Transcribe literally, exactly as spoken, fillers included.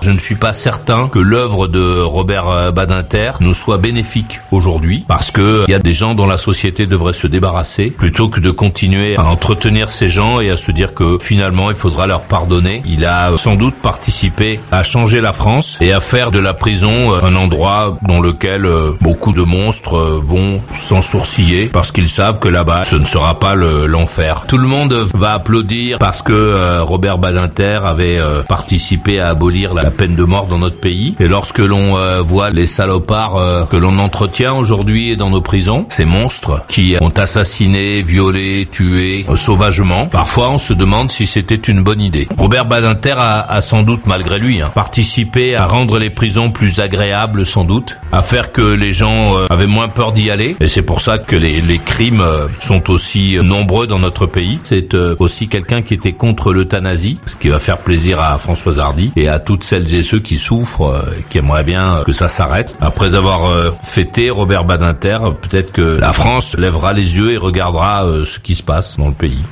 Je ne suis pas certain que l'œuvre de Robert Badinter nous soit bénéfique aujourd'hui, parce que il y a des gens dont la société devrait se débarrasser, plutôt que de continuer à entretenir ces gens et à se dire que finalement il faudra leur pardonner. Il a sans doute participé à changer la France et à faire de la prison un endroit dans lequel beaucoup de monstres vont sans sourciller, parce qu'ils savent que là-bas ce ne sera pas le, l'enfer. Tout le monde va applaudir parce que euh, Robert Badinter avait euh, participé à abolir la peine de mort dans notre pays. Et lorsque l'on euh, voit les salopards euh, que l'on entretient aujourd'hui dans nos prisons, ces monstres qui ont assassiné, violé, tué euh, sauvagement, parfois on se demande si c'était une bonne idée. Robert Badinter a, a sans doute, malgré lui, hein, participé à rendre les prisons plus agréables, sans doute, à faire que les gens euh, avaient moins peur d'y aller. Et c'est pour ça que les, les crimes euh, sont aussi nombreux dans notre pays. C'est euh, aussi quelqu'un qui était contre l'euthanasie, ce qui va faire plaisir à Françoise Hardy et à toutes celles et ceux qui souffrent, euh, qui aimeraient bien que ça s'arrête. Après avoir euh, fêté Robert Badinter, peut-être que la France lèvera les yeux et regardera euh, ce qui se passe dans le pays.